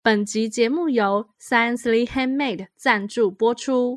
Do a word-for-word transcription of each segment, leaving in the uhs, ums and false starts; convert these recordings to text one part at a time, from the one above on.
本集节目由 Sciencely Handmade 赞助播出。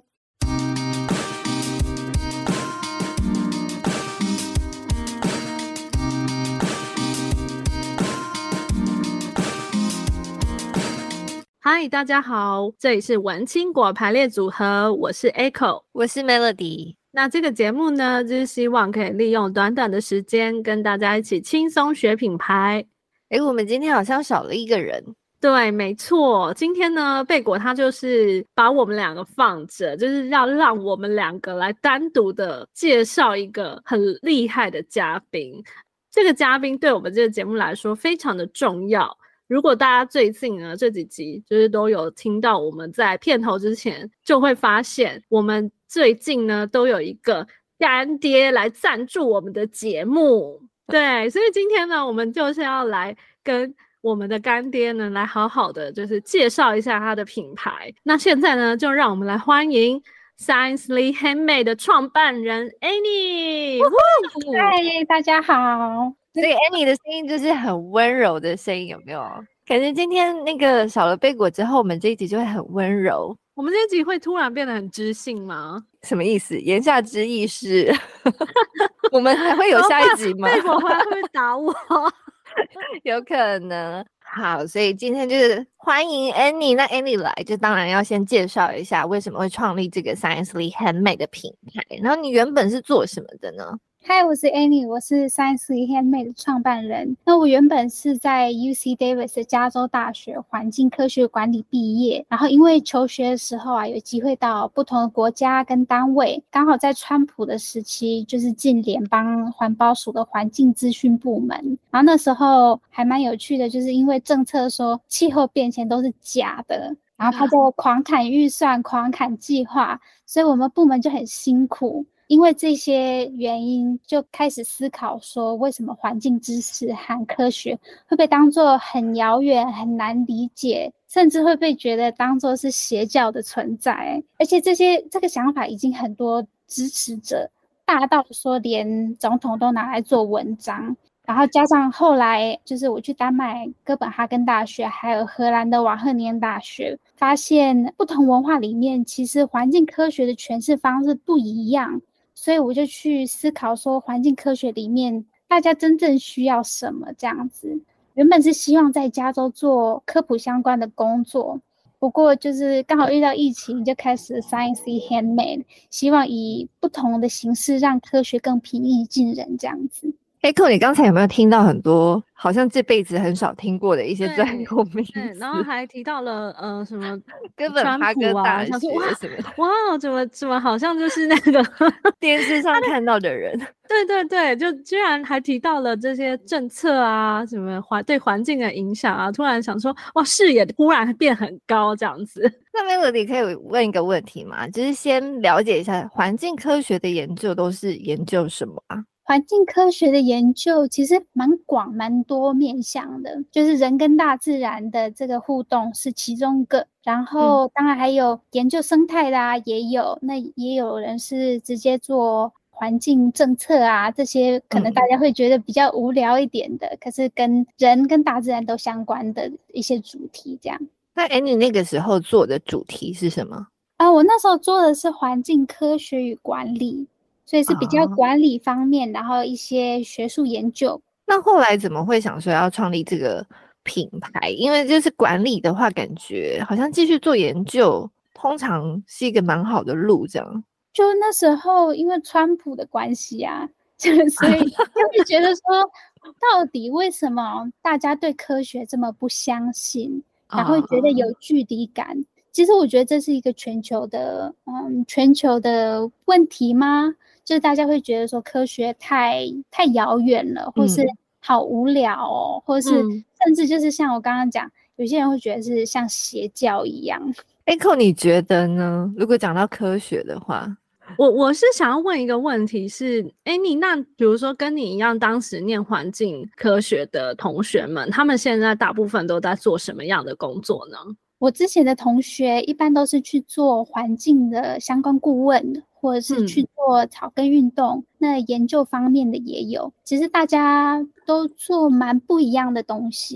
嗨，大家好，这里是文青果排列组合，我是 Echo， 我是 Melody。 那这个节目呢，就是希望可以利用短短的时间跟大家一起轻松学品牌。 诶，我们今天好像少了一个人。 对，没错，今天呢，贝果他就是把我们两个放着，就是要让我们两个来单独的介绍一个很厉害的嘉宾。这个嘉宾对我们这个节目来说非常的重要。如果大家最近呢这几集就是都有听到我们在片头之前，就会发现我们最近呢都有一个干爹来赞助我们的节目。对，所以今天呢我们就是要来跟我们的干爹呢来好好的就是介绍一下他的品牌。那现在呢就让我们来欢迎 Sciencely Handmade 的创办人 Annie。 嗨，大家好。 这个 Annie 的声音就是很温柔的声音，有没有感觉今天那个少了贝果之后，我们这一集就会很温柔？ 我们这一集会突然变得很知性吗？ 什么意思？言下之意是我们还会有下一集吗？ 贝果回来会不会打我？ 有可能。好，所以今天就是欢迎 Annie。那 Annie 来就当然要先介绍一下为什么会创立这个 Sciencely Handmade 的品牌，然后你原本是做什么的呢？ 嗨，我是 Annie， 我是 Sciencely Handmade 的创办人。那我原本是在 U C Davis 的加州大学环境科学管理毕业，然后因为求学的时候啊，有机会到不同的国家跟单位，刚好在川普的时期，就是进联邦环保署的环境资讯部门。然后那时候还蛮有趣的，就是因为政策说气候变迁都是假的，然后他就狂砍预算、狂砍计划，所以我们部门就很辛苦。因为这些原因就开始思考说，为什么环境知识和科学会被当作很遥远、很难理解，甚至会被觉得当作是邪教的存在。而且这些这个想法已经很多支持者，大到说连总统都拿来做文章。然后加上后来就是我去丹麦哥本哈根大学还有荷兰的瓦赫宁大学，发现不同文化里面其实环境科学的诠释方式不一样，所以我就去思考说环境科学里面大家真正需要什么这样子。原本是希望在加州做科普相关的工作，不过就是刚好遇到疫情，就开始 Sciencely Handmade， 希望以不同的形式让科学更平易近人这样子。 Echo，你刚才有没有听到很多好像这辈子很少听过的一些专有名词？ 对，然后还提到了呃什么哥本哈根大学什么的。 哇，怎么怎么好像就是那个电视上看到的人。 对对对，就居然还提到了这些政策啊，什么环对环境的影响啊，突然想说哇，视野忽然变很高这样子。 那 Melody 可以问一个问题吗？就是先了解一下环境科学的研究都是研究什么啊？ 环境科学的研究其实蛮广蛮多面向的，就是人跟大自然的这个互动是其中一个，然后当然还有研究生态的啊也有，那也有人是直接做环境政策啊，这些可能大家会觉得比较无聊一点的，嗯、可是跟人跟大自然都相关的一些主题这样。 那 Annie 那个时候做的主题是什么啊？我那时候做的是环境科学与管理，所以是比较管理方面，哦、然后一些学术研究。 那后来怎么会想说要创立这个品牌？因为就是管理的话，感觉好像继续做研究通常是一个蛮好的路这样。 就那时候因为川普的关系啊，所以就会觉得说到底为什么大家对科学这么不相信，然后觉得有距离感。其实我觉得这是一个全球的嗯，全球的问题吗？就是大家会觉得说科学太太遥远了，或是好无聊哦，嗯、或是甚至就是像我刚刚讲，有些人会觉得是像邪教一样。 Echo 你觉得呢？如果讲到科学的话， 我我是想要问一个问题是，哎，你那比如说跟你一样当时念环境科学的同学们，他们现在大部分都在做什么样的工作呢？ 我之前的同学一般都是去做环境的相关顾问，或者是去做草根运动，嗯、那研究方面的也有。其实大家都做蛮不一样的东西。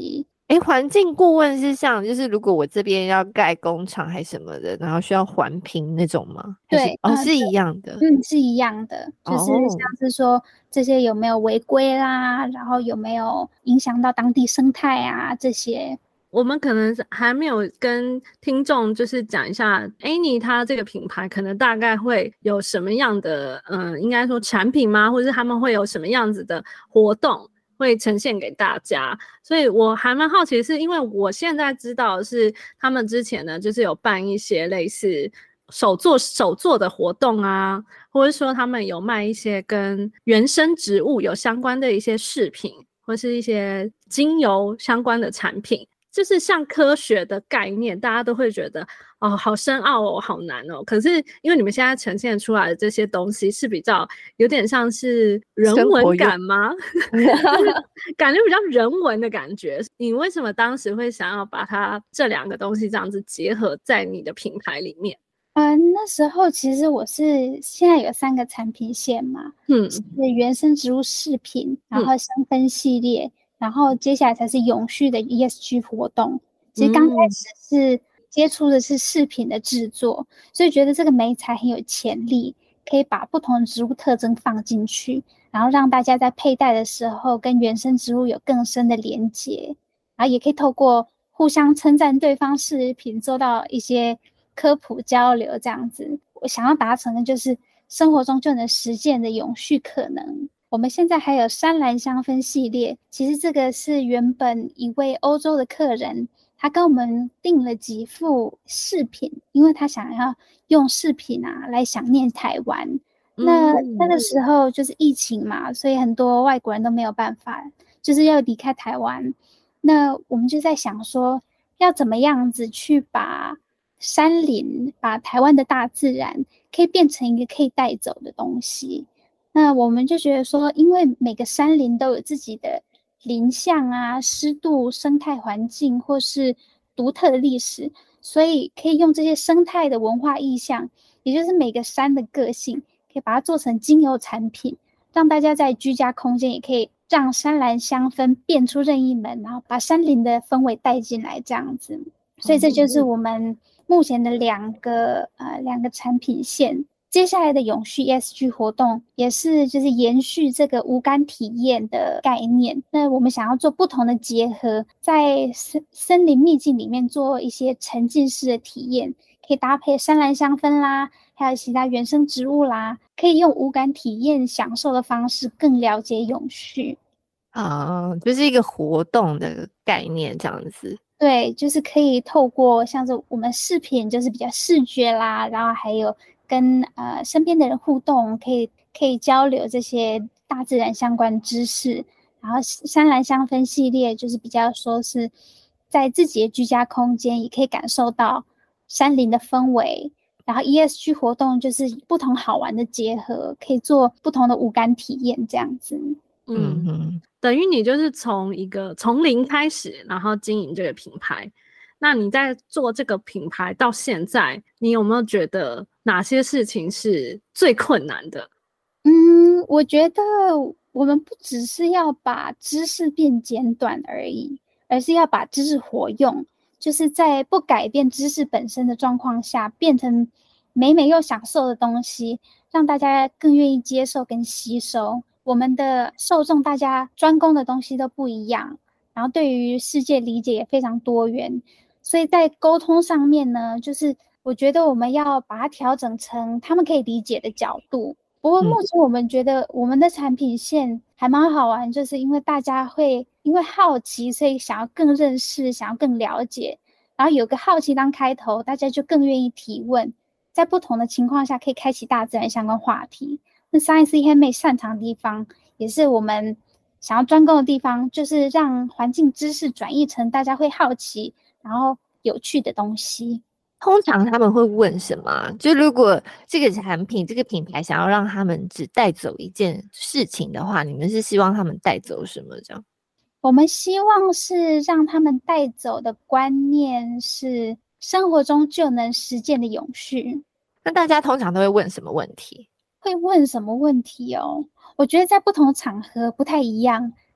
诶，环境顾问是像就是如果我这边要盖工厂还什么的，然后需要环评那种吗？还是对， 哦、 嗯， 是一样的。 嗯，是一样的，就是哦， 像是说这些有没有违规啦，然后有没有影响到当地生态啊这些。 我们可能还没有跟听众就是讲一下 Annie 它这个品牌可能大概会有什么样的嗯，应该说产品吗？或者是他们会有什么样子的活动会呈现给大家，所以我还蛮好奇的是，因为我现在知道的是他们之前呢就是有办一些类似手作手作的活动啊，或者说他们有卖一些跟原生植物有相关的一些饰品，或是一些精油相关的产品。就是像科学的概念，大家都会觉得哦，好深奥哦，好难哦。可是因为你们现在呈现出来的这些东西是比较有点像是人文感吗？就是感觉比较人文的感觉。你为什么当时会想要把它这两个东西这样子结合在你的品牌里面？ 呃，那时候其实我是现在有三个产品线嘛， 嗯， 是原生植物饰品，然后香氛系列。嗯，然后接下来才是永续的 E S G 活动。其实刚开始是接触的是饰品的制作，嗯，所以觉得这个媒材很有潜力，可以把不同的植物特征放进去，然后让大家在佩戴的时候跟原生植物有更深的连结，然后也可以透过互相称赞对方饰品做到一些科普交流这样子。我想要达成的就是生活中就能实践的永续可能。我们现在还有山兰香氛系列，其实这个是原本一位欧洲的客人，他跟我们订了几副饰品，因为他想要用饰品啊来想念台湾。嗯，那那个时候就是疫情嘛，所以很多外国人都没有办法，就是要离开台湾。那我们就在想说，要怎么样子去把山林、把台湾的大自然可以变成一个可以带走的东西。那我们就觉得说，因为每个山林都有自己的林相啊、湿度、生态环境或是独特的历史，所以可以用这些生态的文化意象，也就是每个山的个性，可以把它做成精油产品，让大家在居家空间也可以让山兰香氛变出任意门，然后把山林的氛围带进来这样子。所以这就是我们目前的两个呃两个产品线。接下来的永续 E S G 活动也是就是延续这个无感体验的概念。那我们想要做不同的结合，在森森林秘境里面做一些沉浸式的体验，可以搭配山兰香氛啦，还有其他原生植物啦，可以用无感体验享受的方式更了解永续。 啊，就是一个活动的概念这样子。 对，就是可以透过像是我们饰品就是比较视觉啦，然后还有跟呃身边的人互动，可以可以交流这些大自然相关知识。然后山兰香氛系列就是比较说是在自己的居家空间也可以感受到山林的氛围。然后 E S G 活动就是不同好玩的结合，可以做不同的五感体验这样子。 嗯嗯，等于你就是从一个从零开始，然后经营这个品牌。那你在做这个品牌到现在，你有没有觉得哪些事情是最困难的？ 嗯，我觉得我们不只是要把知识变简短而已，而是要把知识活用，就是在不改变知识本身的状况下，变成美美又享受的东西，让大家更愿意接受跟吸收。我们的受众大家专攻的东西都不一样，然后对于世界理解也非常多元，所以在沟通上面呢，就是我觉得我们要把它调整成他们可以理解的角度。不过目前我们觉得我们的产品线还蛮好玩，就是因为大家会因为好奇，所以想要更认识，想要更了解，然后有个好奇当开头，大家就更愿意提问，在不同的情况下可以开启大自然相关话题。那 Science Handmade 擅长的地方，也是我们想要专攻的地方，就是让环境知识转译成大家会好奇然后有趣的东西。 通常他们会问什么？就如果这个产品这个品牌想要让他们只带走一件事情的话，你们是希望他们带走什么这样？ 我们希望是让他们带走的观念是生活中就能实践的永续。 那大家通常都会问什么问题？ 会问什么问题哦？我觉得在不同场合不太一样，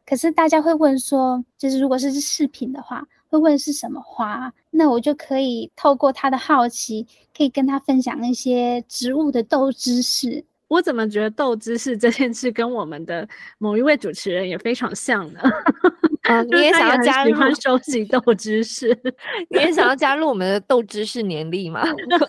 可是大家会问说，就是如果是饰品的话，会问是什么花，那我就可以透过他的好奇，可以跟他分享一些植物的斗知识。 我怎么觉得斗知识这件事跟我们的某一位主持人也非常像呢？ 啊，你也想要加入？ 喜欢收集斗知识， 你也想要加入我们的斗知识年历吗？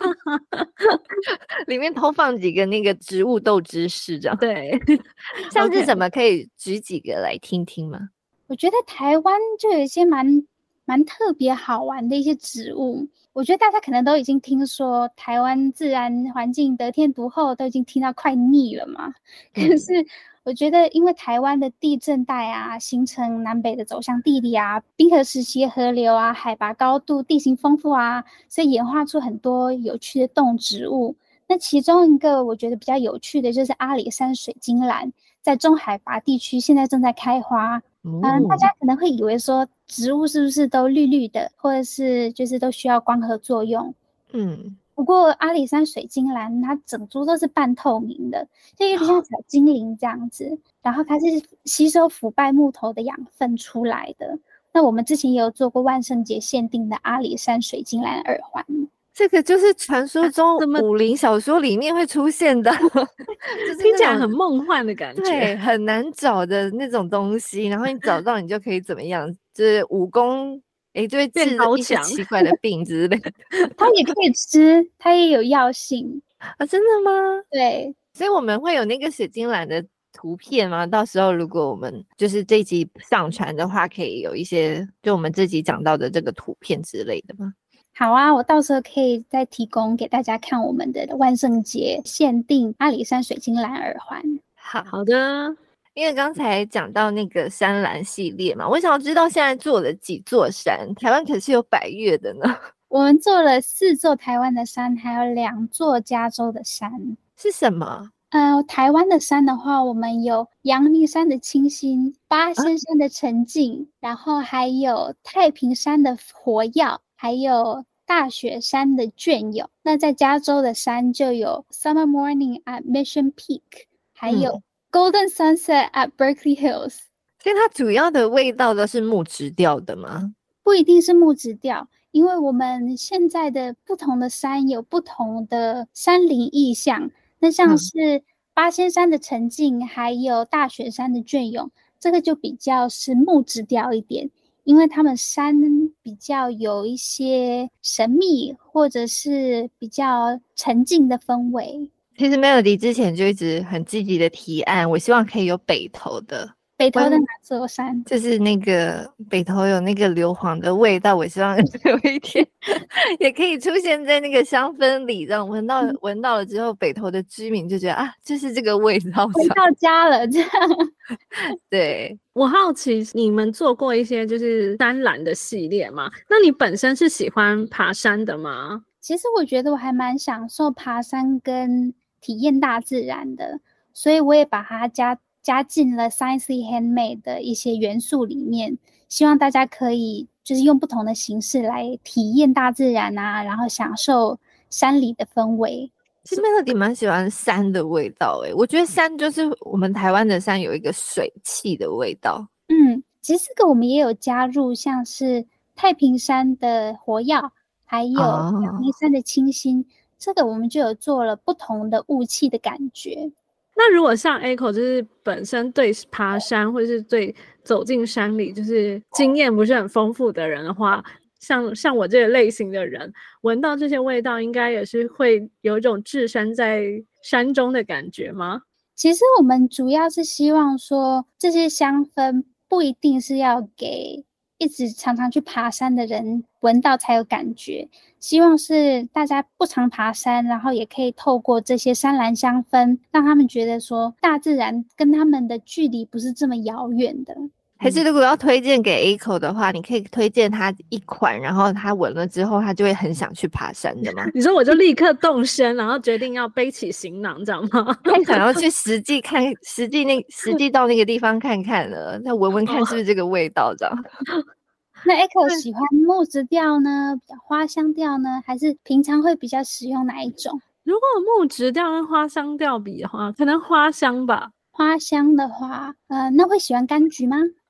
里面偷放几个那个植物斗知识，这样对。 像是什么可以举几个来听听吗？ 我觉得台湾就有一些蛮蛮特别好玩的一些植物。我觉得大家可能都已经听说台湾自然环境得天独厚，都已经听到快腻了嘛。嗯、可是我觉得因为台湾的地震带啊，形成南北的走向地理啊，冰河时期河流啊，海拔高度，地形丰富啊，所以演化出很多有趣的动植物。那其中一个我觉得比较有趣的就是阿里山水晶兰，在中海拔地区现在正在开花。嗯，大家可能会以为说植物是不是都绿绿的，或者是就是都需要光合作用。嗯，不过阿里山水晶兰它整株都是半透明的，就有点像小精灵这样子，然后它是吸收腐败木头的养分出来的。那我们之前也有做过万圣节限定的阿里山水晶兰耳环， 这个就是传说中武林小说里面会出现的， 听起来很梦幻的感觉， 对，很难找的那种东西。然后你找到，你就可以怎么样？就是武功，哎，就会治一些奇怪的病之类的。 它也可以吃，它也有药性啊？真的吗？ 对， 所以我们会有那个水晶兰的图片吗？到时候如果我们就是这集上传的话，可以有一些就我们这集讲到的这个图片之类的吗？ 好啊，我到时候可以再提供给大家看我们的万圣节限定阿里山水晶兰耳环。 好好的， 因为刚才讲到那个山岚系列嘛，我想要知道现在做了几座山，台湾可是有百岳的呢。 我们做了四座台湾的山，还有两座加州的山。 是什么？ 呃，台湾的山的话，我们有阳明山的清新，八仙山的沉静、啊、然后还有太平山的活耀，还有大雪山的隽永。那在加州的山就有 Summer Morning at Mission Peak， 还有 Golden Sunset at Berkeley Hills。 所以它主要的味道都是木质调的吗？ 不一定是木质调，因为我们现在的不同的山有不同的山林意象。那像是八仙山的沉静，还有大雪山的隽永，这个就比较是木质调一点。因为他们山比较有一些神秘或者是比较沉静的氛围。 其实 Melody 之前就一直很积极的提案，我希望可以有北投的。 北投的哪座山？ 就是那个北投有那个硫磺的味道，我希望有一天也可以出现在那个香氛里，让闻到闻到了之后，北投的居民就觉得啊，就是这个味道， 回到家了这样。 对， 我好奇你们做过一些就是山岚的系列吗？那你本身是喜欢爬山的吗？ 其实我觉得我还蛮享受爬山跟体验大自然的，所以我也把它加加进了 Sciencely Handmade 的一些元素里面，希望大家可以就是用不同的形式来体验大自然啊，然后享受山里的氛围。 其实 Melody 蛮喜欢山的味道诶，我觉得山就是我们台湾的山有一个水汽的味道。 嗯，其实这个我们也有加入像是太平山的活耀，还有阳明山的清新、哦、这个我们就有做了不同的雾气的感觉。 那如果像 Echo 就是本身对爬山或者是对走进山里就是经验不是很丰富的人的话，像像我这个类型的人闻到这些味道应该也是会有一种置身在山中的感觉吗？ 其实我们主要是希望说这些香氛不一定是要给一直常常去爬山的人闻到才有感觉，希望是大家不常爬山，然后也可以透过这些山岚香氛让他们觉得说大自然跟他们的距离不是这么遥远的。 还是如果要推荐给 Echo 的话，你可以推荐他一款，然后他闻了之后他就会很想去爬山的吗？ 你说我就立刻动身然后决定要背起行囊这样吗？ 太想要去实际看实际那实际到那个地方看看了，那闻闻看是不是这个味道这样。 那 Echo 喜欢木质调呢，比较花香调呢，还是平常会比较使用哪一种？ 如果木质调跟花香调比的话，可能花香吧。 花香的话，呃，那会喜欢柑橘吗？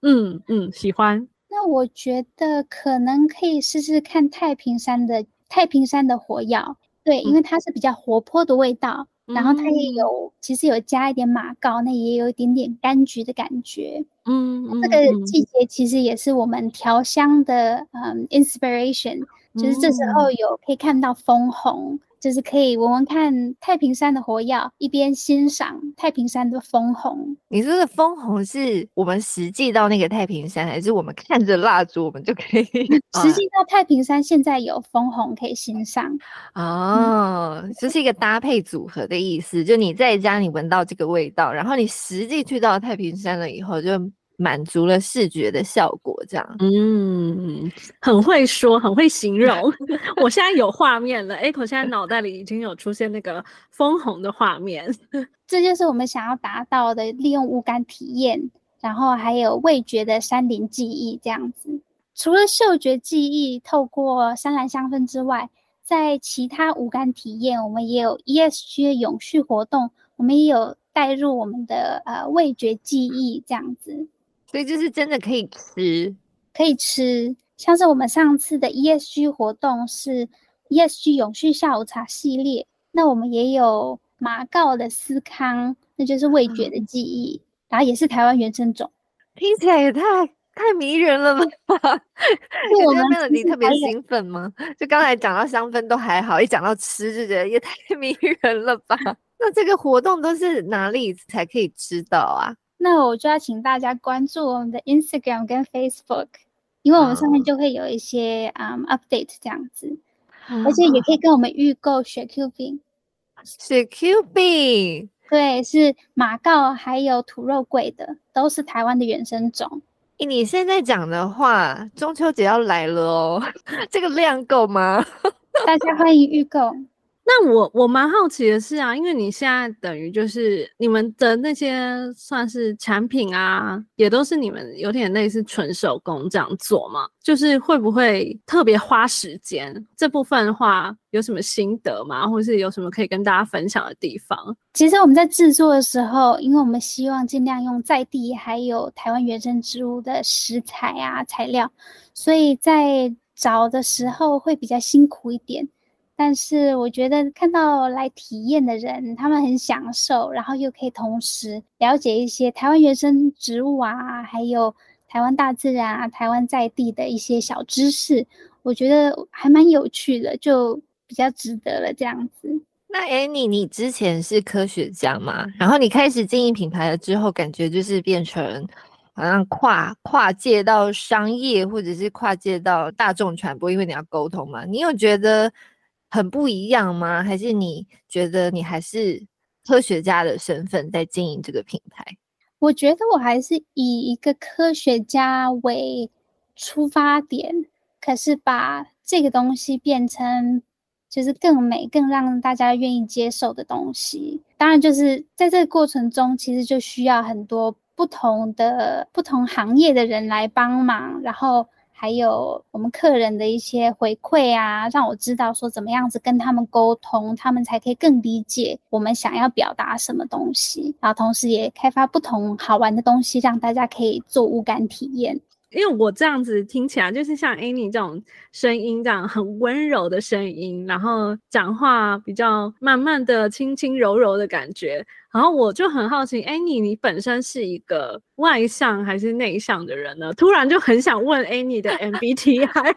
嗯嗯，喜欢。 那我觉得可能可以试试看太平山的太平山的火药，对，因为它是比较活泼的味道， 嗯、 然后它也有其实有加一点马告，那也有一点点柑橘的感觉。 嗯嗯， 这个季节其实也是我们调香的嗯 inspiration，就是这时候有可以看到枫红。就是可以闻闻看太平山的火药，一边欣赏太平山的枫红。 你说的枫红是我们实际到那个太平山，还是我们看着蜡烛我们就可以？ 实际到太平山现在有枫红可以欣赏。 哦，这、嗯、是一个搭配组合的意思。就你在家你闻到这个味道，然后你实际去到太平山了以后，就满足了视觉的效果，这样。 嗯，很会说，很会形容。我现在有画面了 ，Echo 现在脑袋里已经有出现那个枫红的画面。 这就是我们想要达到的，利用五感体验，然后还有味觉的山林记忆这样子。除了嗅觉记忆透过山兰香氛之外，在其他五感体验，我们也有 E S G 的永续活动，我们也有带入我们的呃味觉记忆这样子。 所以就是真的可以吃， 可以吃。像是我们上次的 E S G 活动是 E S G 永续下午茶系列，那我们也有马告的司康，那就是味觉的记忆，嗯、然后也是台湾原生种， 听起来也太太迷人了吧？ 是我们 Melody 特别兴奋吗？就刚才讲到香氛都还好，一讲到吃就觉得也太迷人了吧？那这个活动都是哪里才可以知道啊？ 那我就要请大家关注我们的 Instagram 跟 Facebook， 因为我们上面就会有一些、um, update 这样子、嗯、而且也可以跟我们预购雪 Q 饼。 雪 Q 饼， 对，是马告还有土肉桂的，都是台湾的原生种。 欸、你现在讲的话，中秋节要来了哦，这个量够吗？ 大家欢迎预购。 那我我蛮好奇的是啊，因为你现在等于就是你们的那些算是产品啊，也都是你们有点类似纯手工这样做嘛，就是会不会特别花时间？这部分的话有什么心得吗？或是有什么可以跟大家分享的地方？ 其实我们在制作的时候，因为我们希望尽量用在地还有台湾原生植物的食材啊材料，所以在找的时候会比较辛苦一点。但是我觉得看到来体验的人，他们很享受，然后又可以同时了解一些台湾原生植物啊，还有台湾大自然啊，台湾在地的一些小知识，我觉得还蛮有趣的，就比较值得了这样子。 那 Annie， 你之前是科学家嘛？然后你开始经营品牌了之后，感觉就是变成好像跨跨界到商业，或者是跨界到大众传播，因为你要沟通嘛。你有觉得很不一样吗？还是你觉得你还是科学家的身份在经营这个品牌？ 我觉得我还是以一个科学家为出发点，可是把这个东西变成就是更美、更让大家愿意接受的东西。当然就是在这个过程中，其实就需要很多不同的不同行业的人来帮忙，然后还有我们客人的一些回馈啊，让我知道说怎么样子跟他们沟通，他们才可以更理解我们想要表达什么东西，然后同时也开发不同好玩的东西，让大家可以做无感体验。 因为我这样子听起来就是像 Annie 这种声音这样很温柔的声音，然后讲话比较慢慢的轻轻柔柔的感觉，然后我就很好奇 Annie 你本身是一个外向还是内向的人呢？突然就很想问 Annie 的 M B T I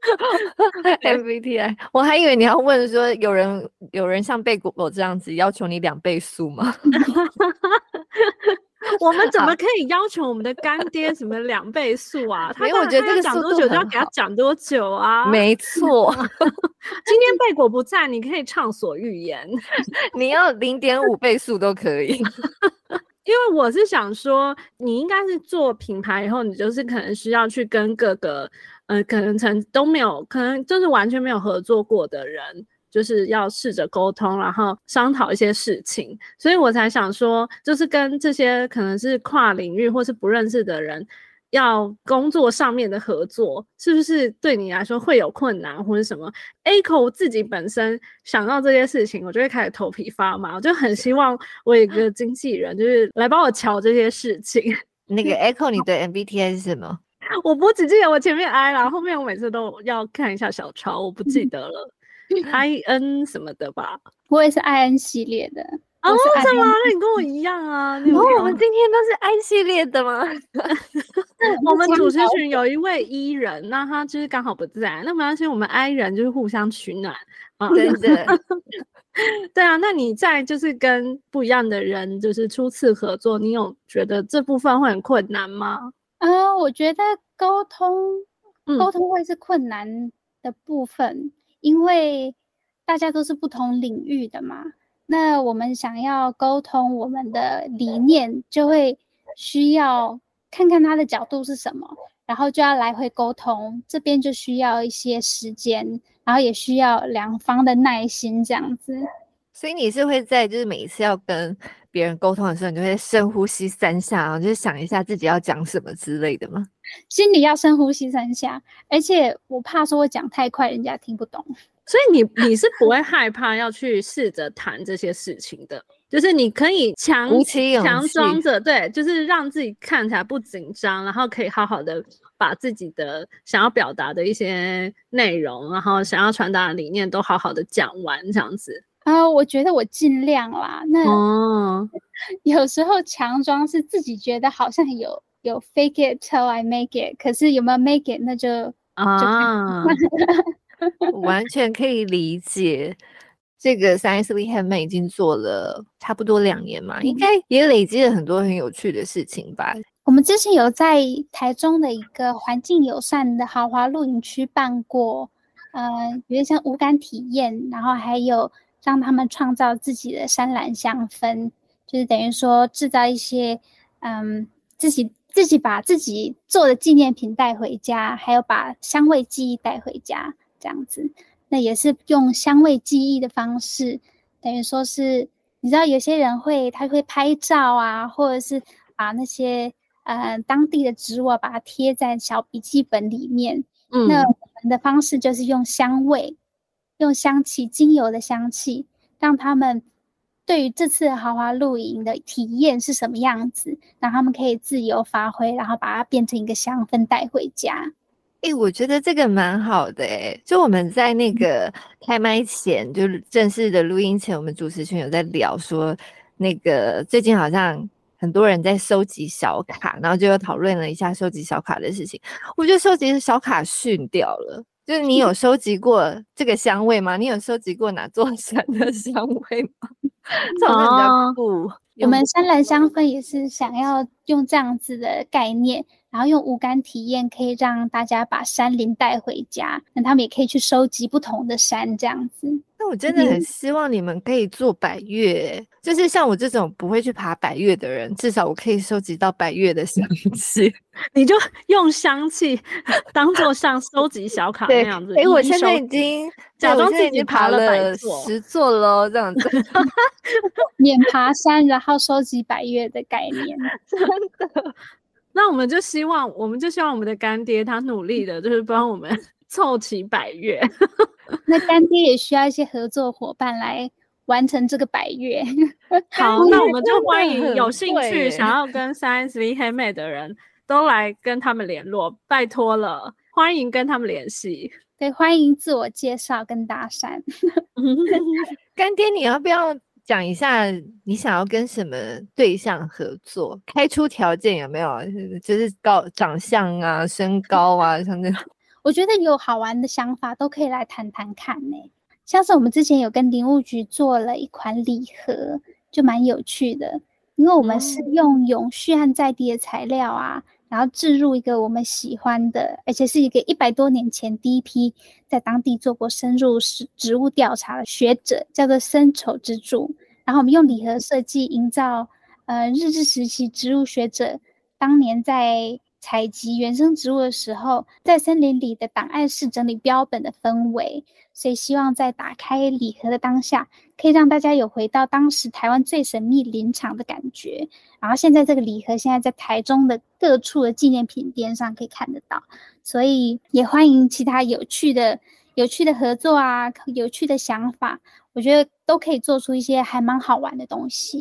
M B T I 我还以为你要问说有人有人像贝果这样子要求你两倍速吗？ 我们怎么可以要求我们的干爹什么两倍速啊？他我觉得这个讲多久就要给他讲多久啊？ 没错。 今天贝果不在，你可以畅所欲言。 你要零点五倍速都可以。 因为我是想说，你应该是做品牌以后，你就是可能需要去跟各个呃，可能曾都没有，可能就是完全没有合作过的人。就是要试着沟通，然后商讨一些事情，所以我才想说，就是跟这些可能是跨领域或是不认识的人要工作上面的合作，是不是对你来说会有困难或者什么 ？Echo 自己本身想到这些事情，我就会开始头皮发麻，我就很希望我有一个经纪人，就是来帮我瞧这些事情。 那个 Echo 你的 M B T I 是什么？ 我不只记得我前面 I 啦，后面我每次都要看一下小抄，我不记得了。I N 什么的吧？ 我也是 I N 系列的。 哦， 是什么？那你跟我一样啊？ 然后我们今天都是 I 系列的吗？ 我们主持群有一位 E 人，那他就是刚好不在，那没关系，我们 I 人就是互相取暖啊， 真的。 对啊，那你在就是跟不一样的人就是初次合作，你有觉得这部分会很困难吗？ 呃，我觉得沟通嗯沟通会是困难的部分，因为大家都是不同领域的嘛。那我们想要沟通我们的理念，就会需要看看他的角度是什么，然后就要来回沟通，这边就需要一些时间，然后也需要两方的耐心这样子。 所以你是会在就是每一次要跟别人沟通的时候，你就会深呼吸三下，然后就是想一下自己要讲什么之类的吗？ 心里要深呼吸三下，而且我怕说我讲太快，人家听不懂。 所以你你是不会害怕要去试着谈这些事情的，就是你可以强鼓起勇气强装着，对，就是让自己看起来不紧张，然后可以好好的把自己的想要表达的一些内容，然后想要传达的理念都好好的讲完，这样子。 啊、呃，我觉得我尽量啦。那哦， 有时候强装是自己觉得好像有有 fake it till I make it， 可是有没有 make it 那就啊。 完全可以理解。这个 Science Handmade 已经做了差不多两年嘛，应该也累积了很多很有趣的事情吧。 我们之前有在台中的一个环境友善的豪华露营区办过，呃，有点像无感体验，然后还有让他们创造自己的山岚香氛，就是等于说制造一些，嗯，自己自己把自己做的纪念品带回家，还有把香味记忆带回家。这样子，那也是用香味记忆的方式，等于说是，你知道有些人会他会拍照啊，或者是把那些呃当地的植物把它贴在小笔记本里面。嗯，那我们的方式就是用香味，用香气、精油的香气，让他们对于这次豪华露营的体验是什么样子，让他们可以自由发挥，然后把它变成一个香氛带回家。 哎、欸，我觉得这个蛮好的哎、欸。就我们在那个开麦前，就是正式的录音前，我们主持群有在聊说，那个最近好像很多人在收集小卡，然后就有讨论了一下收集小卡的事情。我觉得收集小卡逊掉了。就是你有收集过这个香味吗？你有收集过哪座山的香味吗？这好像比较酷。 我们山岚香氛也是想要用这样子的概念，然后用无感体验可以让大家把山林带回家，那他们也可以去收集不同的山这样子。 那我真的很希望你们可以做百岳、嗯、就是像我这种不会去爬百岳的人，至少我可以收集到百岳的香气。 你就用香气当做像收集小卡那样子。 哎、欸，我现在已经假装自己爬了百座十座咯，这样子。 免爬山然后收集百岳的概念。 真的。 那我们就希望我们就希望我们的干爹他努力的就是帮我们凑齐百岳。 那干爹也需要一些合作伙伴来完成这个百岳。 好，那我们就欢迎有兴趣想要跟 Science Handmade 的人都来跟他们联络，拜托了，欢迎跟他们联系。 对，欢迎自我介绍跟搭讪。 干爹，你要不要讲一下你想要跟什么对象合作？开出条件有没有？就是高长相啊、身高啊，像这种。 我觉得有好玩的想法都可以来谈谈看呢、欸。像是我们之前有跟林务局做了一款礼盒，就蛮有趣的，因为我们是用永续和在地的材料啊，然后置入一个我们喜欢的，而且是一个一百多年前第一批在当地做过深入植物调查的学者，叫做森丑之助。然后我们用礼盒设计营造呃日治时期植物学者当年在采集原生植物的时候，在森林里的档案室整理标本的氛围，所以希望在打开礼盒的当下，可以让大家有回到当时台湾最神秘林场的感觉。然后现在这个礼盒现在在台中的各处的纪念品店上可以看得到，所以也欢迎其他有趣的有趣的合作啊，有趣的想法，我觉得都可以做出一些还蛮好玩的东西。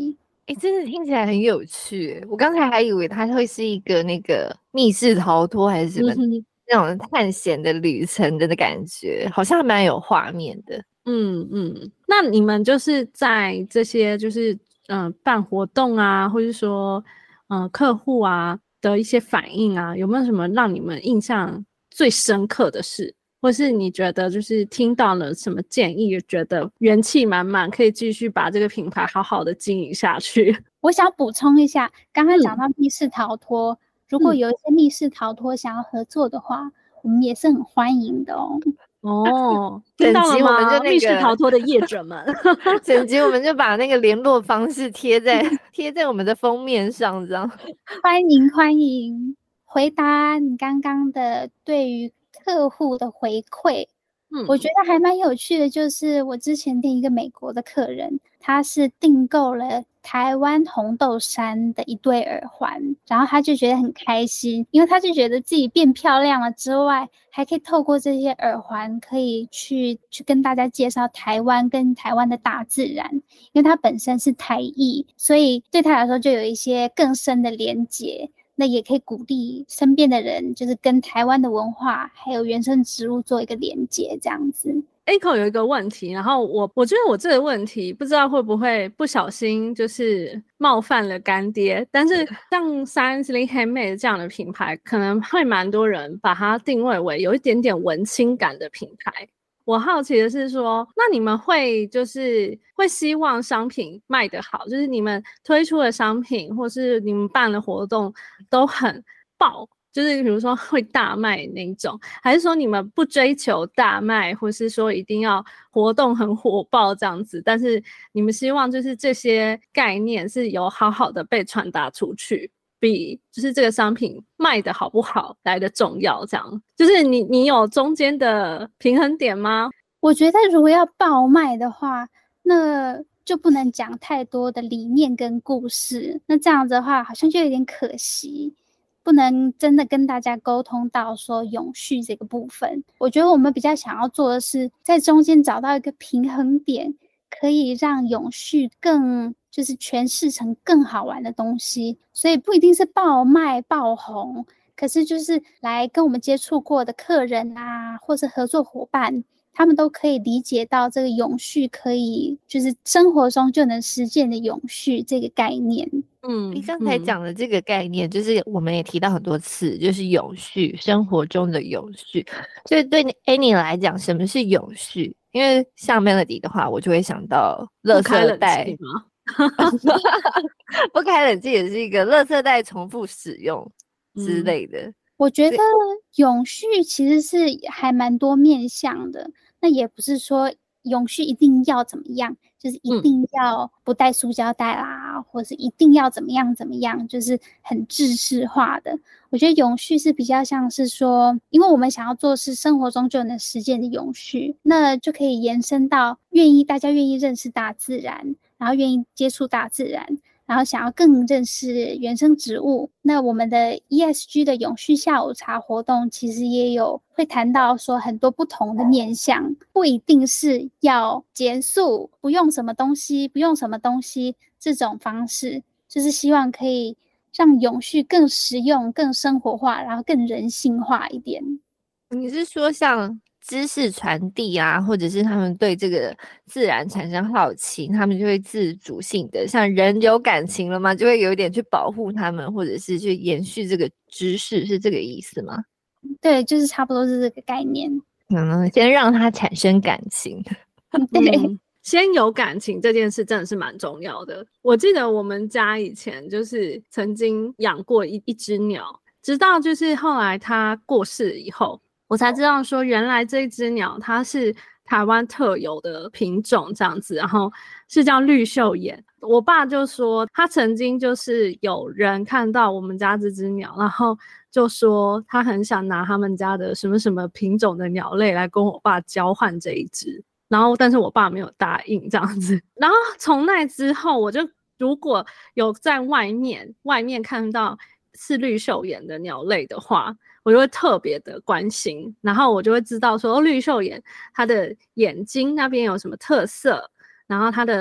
哎、欸，真的听起来很有趣。我刚才还以为它会是一个那个密室逃脱还是什么、嗯、那种探险的旅程的感觉，好像还蛮有画面的。 嗯嗯，那你们就是在这些就是嗯、呃、办活动啊，或者说嗯、呃、客户啊的一些反应啊，有没有什么让你们印象最深刻的事？或是你觉得就是听到了什么建议，觉得元气满满，可以继续把这个品牌好好的经营下去？ 我想补充一下，刚刚讲到密室逃脱、嗯、如果有一些密室逃脱想要合作的话、嗯、我们也是很欢迎的哦。 哦，听到了吗？ 整集我们就那个密室逃脱的业者们， 整集我们就把那个联络方式贴在贴在我们的封面上，这样。 欢迎欢迎，回答你刚刚的对于客户的回馈。嗯，我觉得还蛮有趣的，就是我之前订一个美国的客人，他是订购了台湾红豆杉的一对耳环，然后他就觉得很开心，因为他就觉得自己变漂亮了之外，还可以透过这些耳环可以去去跟大家介绍台湾跟台湾的大自然，因为他本身是台裔，所以对他来说就有一些更深的连结。那也可以鼓励身边的人，就是跟台湾的文化还有原生植物做一个连接，这样子。 Echo 有一个问题，然后我我觉得我这个问题不知道会不会不小心就是冒犯了干爹，但是像 Science Handmade 这样的品牌，可能会蛮多人把它定位为有一点点文青感的品牌。我好奇的是说，那你们会就是会希望商品卖得好，就是你们推出的商品或是你们办的活动都很爆，就是比如说会大卖那种，还是说你们不追求大卖，或是说一定要活动很火爆这样子，但是你们希望就是这些概念是有好好的被传达出去，比就是这个商品卖的好不好来的重要，这样就是你你有中间的平衡点吗？ 我觉得如果要爆卖的话，那就不能讲太多的理念跟故事，那这样子的话好像就有点可惜，不能真的跟大家沟通到说永续这个部分。我觉得我们比较想要做的是在中间找到一个平衡点，可以让永续更就是诠释成更好玩的东西，所以不一定是爆卖爆红，可是就是来跟我们接触过的客人啊，或是合作伙伴，他们都可以理解到这个永续可以就是生活中就能实践的永续这个概念。 嗯，你刚才讲的这个概念，就是我们也提到很多次，就是永续，生活中的永续。所以对 Annie 来讲，什么是永续？因为像 Melody 的话，我就会想到垃圾袋吗？不开冷气也是一个垃圾袋重复使用之类的。嗯， 我觉得永续其实是还蛮多面向的，那也不是说永续一定要怎么样，就是一定要不带塑胶袋啦，嗯，或是一定要怎么样怎么样，就是很制式化的。我觉得永续是比较像是说，因为我们想要做是生活中就能实践的永续，那就可以延伸到愿意大家愿意认识大自然，然后愿意接触大自然，然后想要更认识原生植物。那我们的 E S G 的永续下午茶活动其实也有会谈到说很多不同的面向，不一定是要减塑，不用什么东西，不用什么东西这种方式，就是希望可以让永续更实用、更生活化，然后更人性化一点。 你是说像知识传递啊，或者是他们对这个自然产生好奇，他们就会自主性的，像人有感情了嘛，就会有一点去保护他们，或者是去延续这个知识，是这个意思吗？ 对，就是差不多是这个概念。 嗯，先让他产生感情。 对。 嗯，先有感情这件事真的是蛮重要的。我记得我们家以前就是曾经养过一一只鸟，直到就是后来它过世以后，我才知道说原来这一只鸟它是台湾特有的品种这样子，然后是叫绿袖眼。我爸就说他曾经就是有人看到我们家这只鸟，然后就说他很想拿他们家的什么什么品种的鸟类来跟我爸交换这一只，然后但是我爸没有答应这样子。然后从那之后，我就如果有在外面外面看到是绿袖眼的鸟类的话，我就会特别的关心，然后我就会知道说，哦，绿袖眼它的眼睛那边有什么特色，然后它的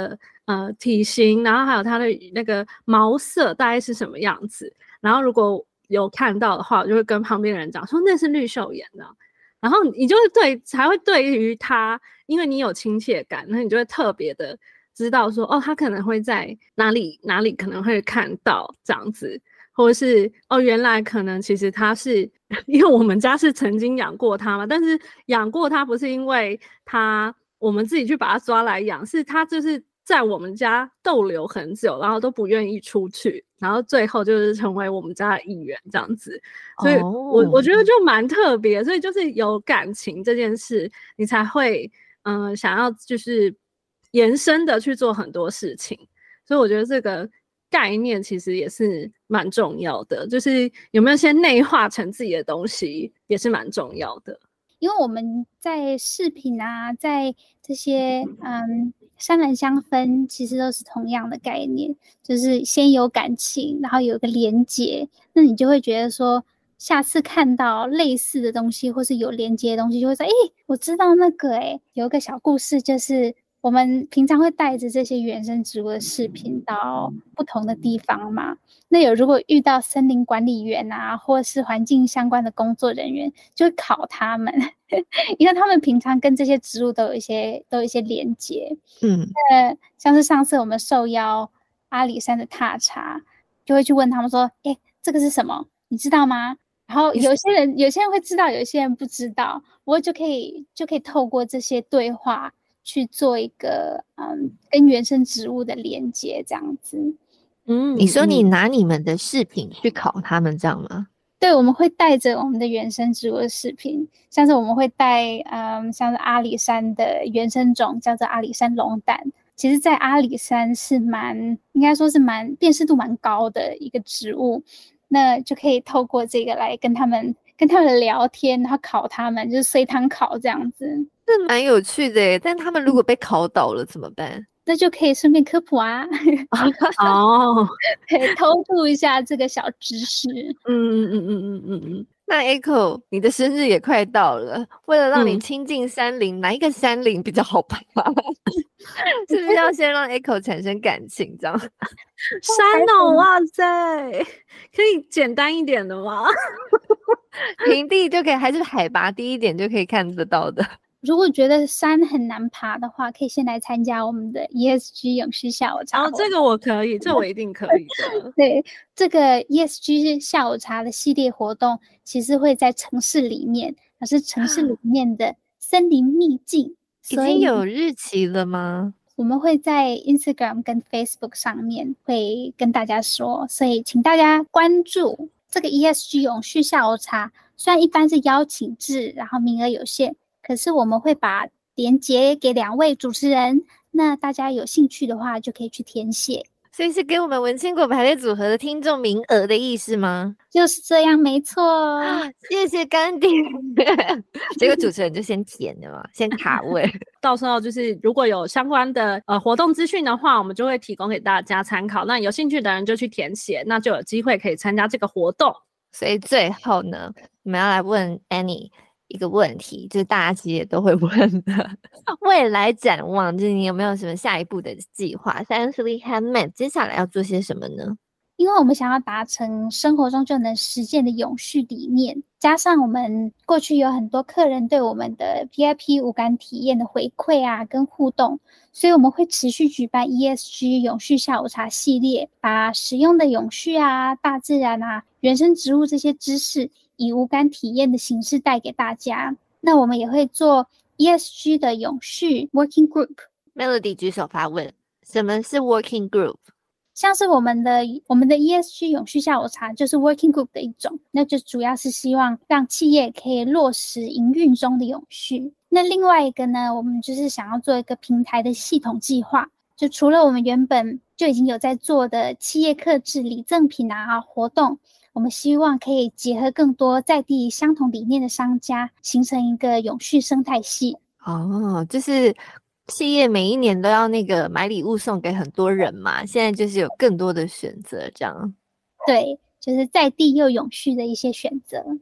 呃体型，然后还有它的那个毛色大概是什么样子。然后如果有看到的话，我就会跟旁边的人讲说那是绿袖眼的。然后你就会对才会对于他，因为你有亲切感，那你就会特别的知道说，哦，他可能会在哪里哪里可能会看到这样子，或者是哦，原来可能其实他是因为我们家是曾经养过他嘛，但是养过他不是因为他我们自己去把他抓来养，是他就是在我们家逗留很久，然后都不愿意出去，然后最后就是成为我们家的一员这样子，所以我、oh. 我觉得就蛮特别，所以就是有感情这件事，你才会嗯、呃、想要就是延伸的去做很多事情，所以我觉得这个概念其实也是蛮重要的，就是有没有先内化成自己的东西也是蛮重要的。 因为我们在饰品啊，在这些嗯山岚香氛，其实都是同样的概念，就是先有感情，然后有个连结，那你就会觉得说，下次看到类似的东西或是有连结的东西，就会说，哎，我知道那个，哎，有一个小故事，就是我们平常会带着这些原生植物的饰品到不同的地方嘛。那有如果遇到森林管理员啊，或是环境相关的工作人员，就会考他们，因为他们平常跟这些植物都有一些都有一些连结。嗯，呃，像是上次我们受邀阿里山的踏查，就会去问他们说，哎，这个是什么？你知道吗？然后有些人有些人会知道，有些人不知道，不过就可以就可以透过这些对话去做一个嗯跟原生植物的连接，这样子。 嗯，你说你拿你们的饰品去考他们，这样吗？ 对，我们会带着我们的原生植物的饰品，像是我们会带嗯像是阿里山的原生种叫做阿里山龙胆，其实在阿里山是蛮应该说是蛮辨识度蛮高的一个植物，那就可以透过这个来跟他们跟他们聊天，然后考他们，就是随堂考这样子。 这蛮有趣的耶，但他们如果被考倒了怎么办？ 那就可以顺便科普啊。 哦， 对，偷渡一下这个小知识。 嗯嗯嗯嗯嗯嗯。 那 Echo， 你的生日也快到了，为了让你亲近山林，嗯、哪一个山林比较好爬？是不是要先让 Echo 产生感情？这样山哦，哇塞，可以简单一点的吗？ 平地就可以，还是海拔低一点就可以看得到的？ 如果觉得山很难爬的话，可以先来参加我们的 E S G 永续下午茶。 哦，这个我可以，这我一定可以的。 对，这个 E S G 下午茶的系列活动，其实会在城市里面，它是城市里面的森林秘境。 已经有日期了吗？ 我们会在 Instagram 跟 Facebook 上面会跟大家说，所以请大家关注这个 E S G 永续下午茶。虽然一般是邀请制，然后名额有限，可是我们会把连结给两位主持人，那大家有兴趣的话就可以去填写。 所以是给我们文青果排列组合的听众名额的意思吗？ 就是这样，没错。 谢谢干爹。结果主持人就先填了嘛，先卡位。 到时候就是如果有相关的呃活动资讯的话，我们就会提供给大家参考。那有兴趣的人就去填写，那就有机会可以参加这个活动。 所以最后呢，我们要来问 Annie 一个问题，就是大家其实也都会问的，未来展望，就是你有没有什么下一步的计划 ？Science Handmade 接下来要做些什么呢？ 因为我们想要达成生活中就能实践的永续理念，加上我们过去有很多客人对我们的 V I P 无感体验的回馈啊跟互动，所以我们会持续举办 E S G 永续下午茶系列，把实用的永续啊、大自然啊、原生植物这些知识以无感体验的形式带给大家。那我们也会做 E S G 的永续 Working Group。Melody 举手发问，什么是 Working Group？ 像是我们的我们的 E S G 永续下午茶就是 Working Group 的一种，那就主要是希望让企业可以落实营运中的永续。那另外一个呢，我们就是想要做一个平台的系统计划，就除了我们原本就已经有在做的企业客制礼赠品啊活动，我们希望可以结合更多在地相同理念的商家，形成一个永续生态系。 哦，就是企业每一年都要那个买礼物送给很多人嘛，现在就是有更多的选择这样。 对，就是在地又永续的一些选择。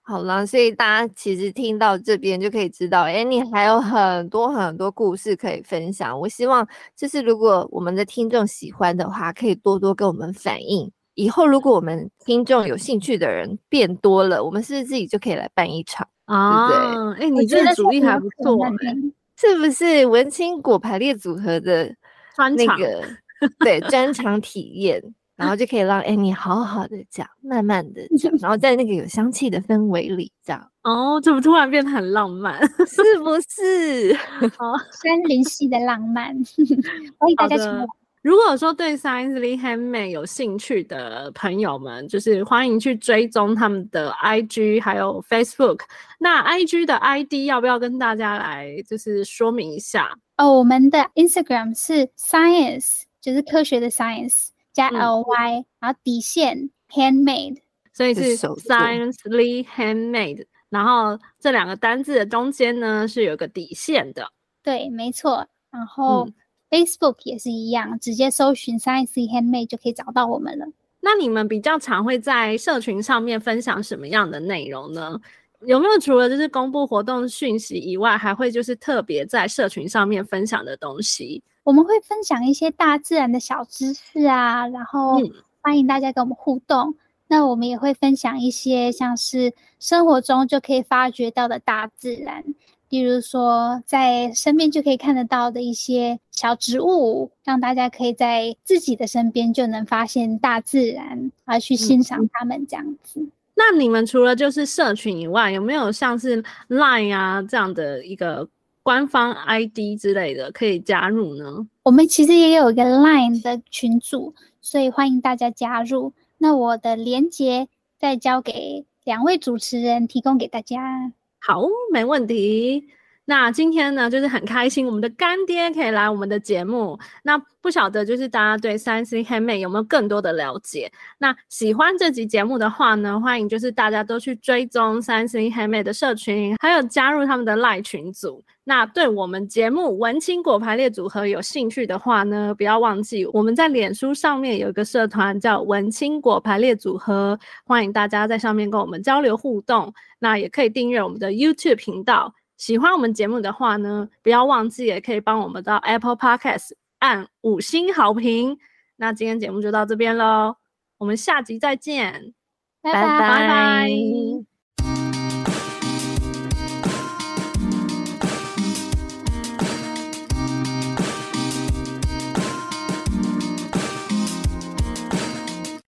好啦，所以大家其实听到这边就可以知道，哎，你还有很多很多故事可以分享。我希望就是如果我们的听众喜欢的话，可以多多跟我们反映。以后如果我们听众有兴趣的人变多了，我们是不是自己就可以来办一场， 啊？ 对不对？ 哎，你这个主意还不错哎、 是不是文青果排列组合的那个对专场体验？然后就可以让 Annie 好好的讲，慢慢的讲，然后在那个有香气的氛围里讲。 哦，怎么突然变得很浪漫？ 是不是？ 哦， 森林系的浪漫，欢迎大家前来。 如果说对 Sciencely Handmade 有兴趣的朋友们，就是欢迎去追踪他们的 I G 还有 Facebook。那 I G 的 I D 要不要跟大家来就是说明一下？ 哦，我们的 Instagram 是 Science， 就是科学的 Science 加 L Y，、嗯、然后底线 Handmade， 所以是 Sciencely Handmade。然后这两个单字的中间呢是有个底线的。 对，没错。然后、嗯Facebook 也是一样，直接搜寻 Sciencely Handmade 就可以找到我们了。 那你们比较常会在社群上面分享什么样的内容呢？有没有除了就是公布活动讯息以外，还会就是特别在社群上面分享的东西？ 我们会分享一些大自然的小知识啊，然后欢迎大家跟我们互动。嗯、那我们也会分享一些像是生活中就可以发掘到的大自然。例如说在身边就可以看得到的一些小植物，让大家可以在自己的身边就能发现大自然，而去欣赏它们这样子、嗯、 那你们除了就是社群以外，有没有像是 Line 啊这样的一个官方 I D 之类的可以加入呢？ 我们其实也有一个 Line 的群组，所以欢迎大家加入。那我的连结再交给两位主持人提供给大家。 好，没问题。那今天呢，就是很开心，我们的干爹可以来我们的节目。那不晓得就是大家对 Sciencely Handmade 有没有更多的了解？那喜欢这集节目的话呢，欢迎就是大家都去追踪 Sciencely Handmade 的社群，还有加入他们的 LINE 群组。那对我们节目文青果排列组合有兴趣的话呢，不要忘记我们在脸书上面有一个社团叫文青果排列组合，欢迎大家在上面跟我们交流互动。那也可以订阅我们的 YouTube 频道。喜欢我们节目的话呢，不要忘记也可以帮我们到 Apple Podcast 按五星好评。那今天节目就到这边咯，我们下集再见， 拜拜。 拜拜。